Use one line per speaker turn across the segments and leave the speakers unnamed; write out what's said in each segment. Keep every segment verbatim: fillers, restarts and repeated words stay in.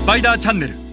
スパイダーチャンネル。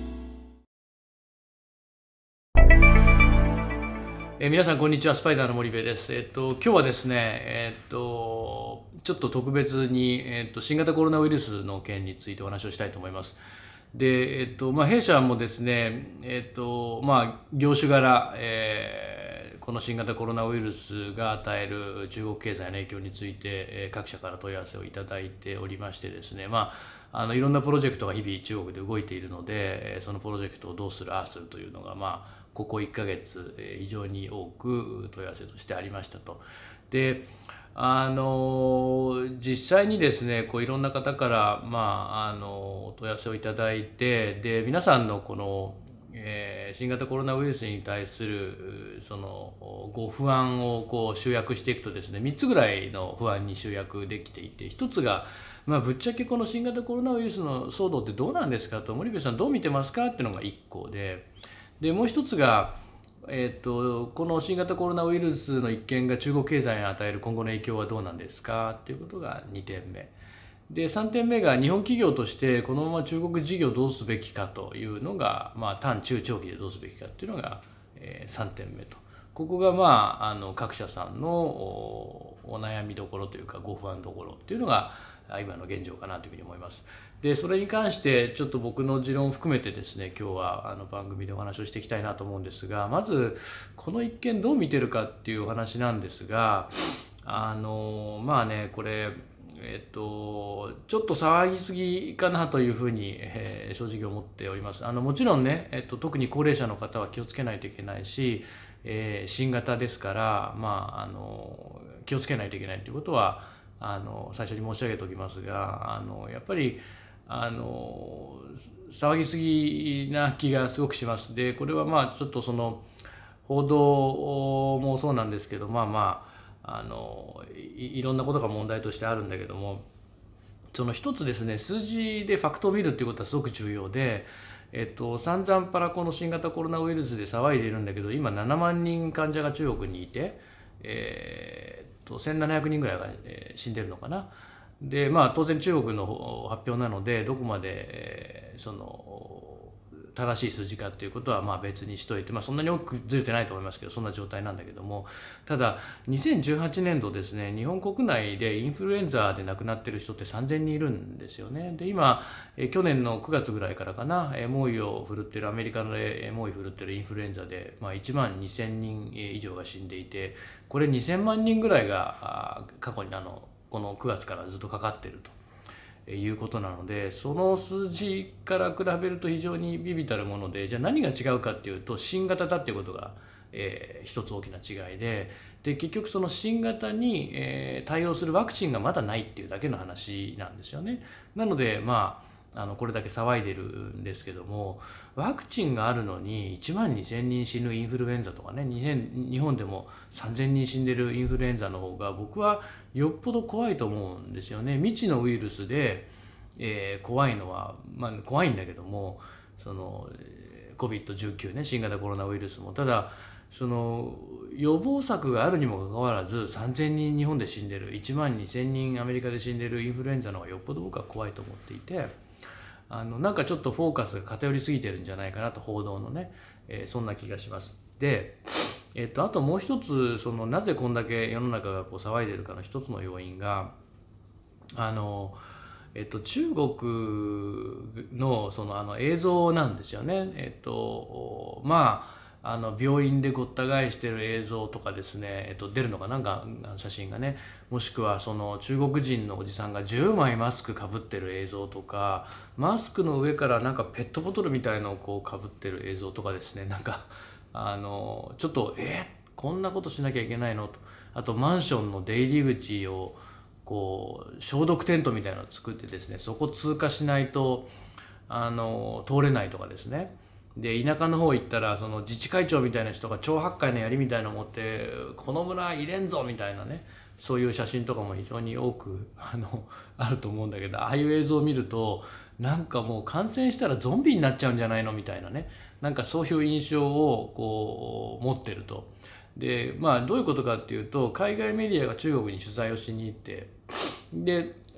えー、皆さんこんにちは、スパイダーの森部です。えっと今日はですね、えっとちょっと特別に、えっと新型コロナウイルスの件についてお話をしたいと思います。で、えっとまあ、弊社もですね、えっとまあ、業種柄、えー、この新型コロナウイルスが与える中国経済の影響について、えー、各社から問い合わせをいただいておりましてですね、まあ、あのいろんなプロジェクトが日々中国で動いているので、そのプロジェクトをどうするああするというのが、まあ、ここいっかげつ非常に多く問い合わせとしてありましたと。であの実際にですね、こういろんな方から、まあ、あのお問い合わせをいただいて、で皆さんのこの、えー、新型コロナウイルスに対するそのご不安をこう集約していくとですね、みっつぐらいの不安に集約できていて、ひとつが、まあ、ぶっちゃけこの新型コロナウイルスの騒動ってどうなんですかと、森部さんどう見てますかっていうのがいっこで、でもう一つが、えー、とこの新型コロナウイルスの一件が中国経済に与える今後の影響はどうなんですかということがにてんめで、さんてんめが日本企業としてこのまま中国事業をどうすべきかというのが、まあ、短中長期でどうすべきかというのが、えー、さんてんめと、ここが、まあ、あの各社さんの お, お悩みどころというかご不安どころというのが今の現状かなというふうに思います。でそれに関してちょっと僕の持論を含めてですね、今日はあの番組でお話をしていきたいなと思うんですが、まずこの一件どう見てるかっていうお話なんですが、あのまあねこれえっとちょっと騒ぎすぎかなというふうに、えー、正直思っております。あのもちろんね、えっと、特に高齢者の方は気をつけないといけないし、えー、新型ですから、まあ、あの気をつけないといけないということはあの最初に申し上げておきますが、あのやっぱりあの騒ぎすぎな気がすごくします。でこれはまあちょっとその報道もそうなんですけど、まあまああの い, いろんなことが問題としてあるんだけども、その一つですね、数字でファクトを見るっていうことはすごく重要で、えっと、散々パラこの新型コロナウイルスで騒いでいるんだけど、今ななまんにん患者が中国にいて、えー、っとせんななひゃくにんぐらいが、えー、死んでるのかな。でまあ、当然中国の発表なのでどこまで、えー、その正しい数字かということはまあ別にしといて、まあ、そんなに大きくずれてないと思いますけど、そんな状態なんだけども、ただにせんじゅうはちねんどですね、日本国内でインフルエンザで亡くなっている人ってさんぜんにんいるんですよね。で今、え去年のくがつぐらいからかな、え猛威を振るっているアメリカの猛威を振るっているインフルエンザで、まあ、いちまんにせんにん以上が死んでいて、これにせんまんにんぐらいが過去にあのこのくがつからずっとかかっているということなので、その数字から比べると非常に微々たるもので、じゃあ何が違うかっていうと、新型だっていうことが、えー、一つ大きな違いで、で結局その新型に、えー、対応するワクチンがまだないっていうだけの話なんですよね。なのでまああのこれだけ騒いでるんですけども、ワクチンがあるのにいちまんにせんにん死ぬインフルエンザとかね、日本でもさんぜんにん死んでるインフルエンザの方が僕はよっぽど怖いと思うんですよね。未知のウイルスで、えー、怖いのは、まあ、怖いんだけども、その コビッドじゅうきゅう ね、新型コロナウイルスも、ただその予防策があるにもかかわらずさんぜんにん日本で死んでる、いちまんにせんにんアメリカで死んでるインフルエンザの方がよっぽど僕は怖いと思っていて、あのなんかちょっとフォーカスが偏りすぎてるんじゃないかなと、報道のね、えー、そんな気がします。で、えっと、あともう一つ、そのなぜこんだけ世の中がこう騒いでるかの一つの要因が、あの、えっと、中国 の, そのあの映像なんですよね。えっとまああの病院でごった返してる映像とかですね、えっと、出るのかなんか写真がね、もしくはその中国人のおじさんがじゅうまいマスクかぶってる映像とか、マスクの上からなんかペットボトルみたいのをこうかぶってる映像とかですね、なんかあのちょっとえこんなことしなきゃいけないのと。あとマンションの出入り口をこう消毒テントみたいなのを作ってですね、そこ通過しないとあの通れないとかですね。で田舎の方行ったらその自治会長みたいな人が超八戒の槍みたいなのを持って「この村入れんぞ」みたいなね、そういう写真とかも非常に多くあのあると思うんだけど、ああいう映像を見るとなんかもう感染したらゾンビになっちゃうんじゃないのみたいなね、なんかそういう印象をこう持ってると。でまあどういうことかっていうと、海外メディアが中国に取材をしに行って、で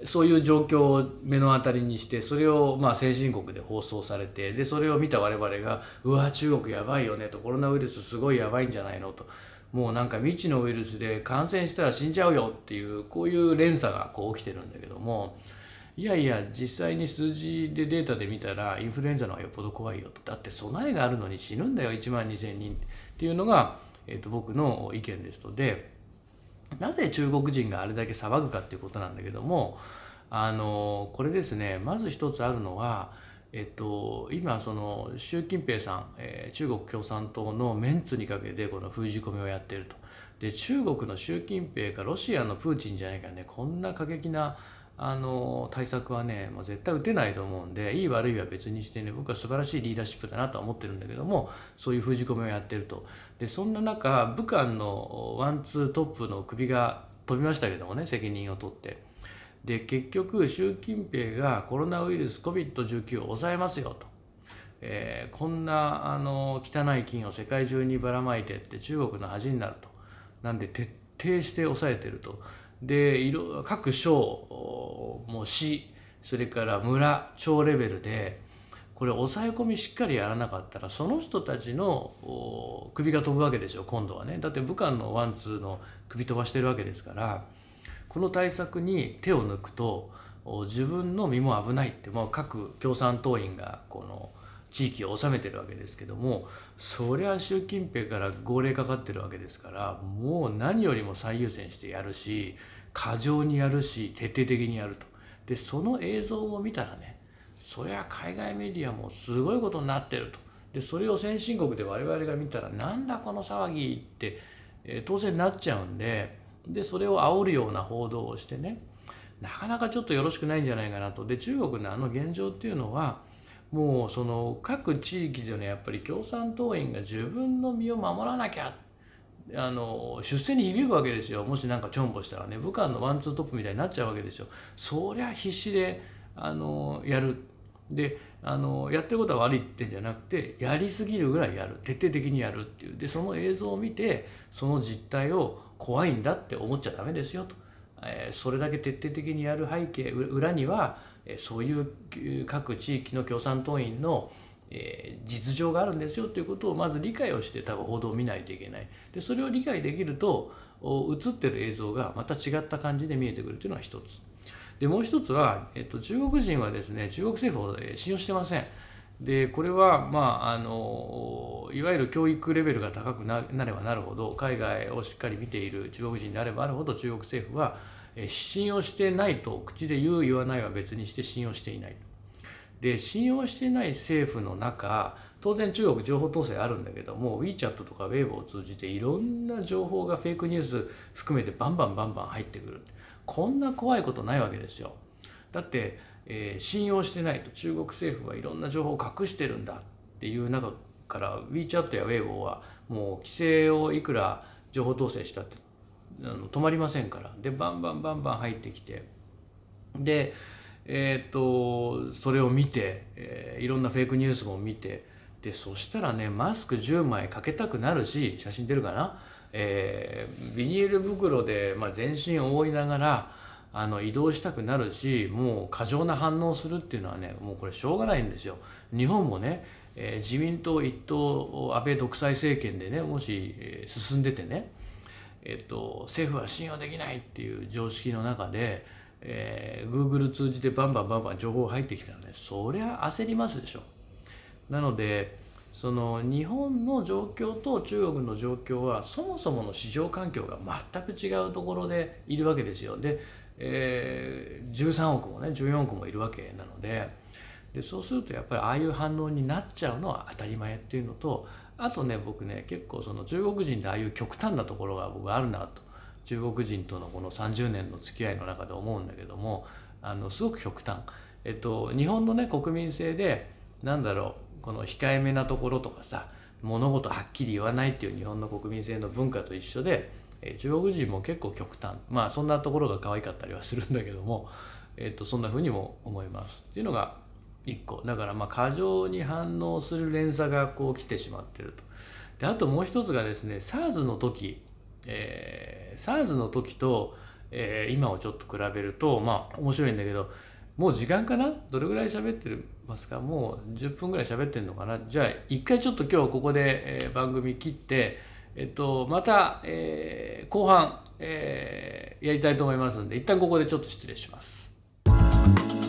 そういう状況を目の当たりにして、それをまあ先進国で放送されて、でそれを見た我々が「うわ中国やばいよね」と「コロナウイルスすごいやばいんじゃないの」と「もうなんか未知のウイルスで感染したら死んじゃうよ」っていう、こういう連鎖がこう起きてるんだけども、いやいや実際に数字でデータで見たらインフルエンザの方がよっぽど怖いよと。だって備えがあるのに死ぬんだよいちまんにせんにんっていうのが、えー、と僕の意見ですので、なぜ中国人があれだけ騒ぐかっていうことなんだけども、あのこれですね、まず一つあるのは、えっと、今その習近平さん、えー中国共産党のメンツにかけてこの封じ込めをやっていると。で中国の習近平かロシアのプーチンじゃないかね、こんな過激なあの対策はね、もう絶対打てないと思うんで、いい悪いは別にしてね、僕は素晴らしいリーダーシップだなとは思ってるんだけども、そういう封じ込めをやってると。でそんな中、武漢のワンツートップの首が飛びましたけどもね、責任を取って。で結局習近平がコロナウイルス コビッドじゅうきゅう を抑えますよと、えーこんなあの汚い菌を世界中にばらまいてって中国の恥になると。なんで徹底して抑えてると。で色各省も市、それから村町レベルでこれ抑え込みしっかりやらなかったら、その人たちのお首が飛ぶわけですよ今度はね。だって武漢のワンツーの首飛ばしてるわけですから、この対策に手を抜くとお自分の身も危ないって、まあ、各共産党員がこの地域を治めてるわけですけども、そりゃ習近平から号令かかってるわけですから、もう何よりも最優先してやるし、過剰にやるし、徹底的にやると。でその映像を見たらね、そりゃ海外メディアもすごいことになってると。でそれを先進国で我々が見たら、なんだこの騒ぎって、えー当然なっちゃうんで、でそれを煽るような報道をしてね、なかなかちょっとよろしくないんじゃないかなと。で中国のあの現状っていうのは、もうその各地域でね、やっぱり共産党員が自分の身を守らなきゃ、あの出世に響くわけですよ。もしなんかちょんぼしたらね、武漢のワンツートップみたいになっちゃうわけですよ。そりゃ必死であのやる。であのやってることは悪いってんじゃなくて、やりすぎるぐらいやる、徹底的にやるっていう。でその映像を見て、その実態を怖いんだって思っちゃダメですよと。えーそれだけ徹底的にやる背景裏には、えーそういう各地域の共産党員のえー実情があるんですよということをまず理解をして、多分報道を見ないといけない。でそれを理解できると、お映ってる映像がまた違った感じで見えてくるというのが一つ。でもう一つは、えっと、中国人はですね、中国政府をえー信用してません。でこれは、まあ、あのいわゆる教育レベルが高くななればなるほど、海外をしっかり見ている中国人であればあるほど、中国政府はえー信用してないと口で言う言わないは別にして信用していない。で信用してない政府の中、当然中国情報統制あるんだけども、 WeChat とか Weibo を通じていろんな情報がフェイクニュース含めてバンバンバンバン入ってくる。こんな怖いことないわけですよ。だって、えー信用してないと、中国政府はいろんな情報を隠してるんだっていう中から、 WeChat や Weibo はもう規制をいくら情報統制したってあの止まりませんから。でバンバンバンバン入ってきて、でえー、とそれを見て、えーいろんなフェイクニュースも見て、でそしたらね、マスクじゅうまいかけたくなるし、写真出るかな、えービニール袋で、まあ、全身を覆いながらあの移動したくなるし、もう過剰な反応するっていうのはね、もうこれしょうがないんですよ。日本もね、えー自民党一党安倍独裁政権でね、もし、えー進んでてね、えっと、政府は信用できないっていう常識の中で、えー、Google 通じてバンバンバンバン情報入ってきたらね、そりゃ焦りますでしょ。なのでその日本の状況と中国の状況は、そもそもの市場環境が全く違うところでいるわけですよ。で、えーじゅうさんおくもねじゅうよんおくもいるわけなので、でそうするとやっぱりああいう反応になっちゃうのは当たり前っていうのと、あとね、僕ね結構その中国人でああいう極端なところが僕あるなと、中国人とのこのさんじゅうねんの付き合いの中で思うんだけども、あのすごく極端。えっと日本のね国民性で、なんだろう、この控えめなところとかさ、物事はっきり言わないっていう日本の国民性の文化と一緒で、えー中国人も結構極端、まあそんなところが可愛かったりはするんだけども、えっとそんな風にも思いますっていうのが一個。だからまあ過剰に反応する連鎖がこう来てしまってると。であともう一つがですね、SARS の時、えー、SARS の時と、 えー今をちょっと比べるとまあ面白いんだけど、もう時間かな、どれぐらい喋ってますか？もうじゅっぷんぐらい喋ってるのかな。じゃあ一回ちょっと今日ここで、えー番組切って、えっと、また、えー後半、えーやりたいと思いますので、一旦ここでちょっと失礼します。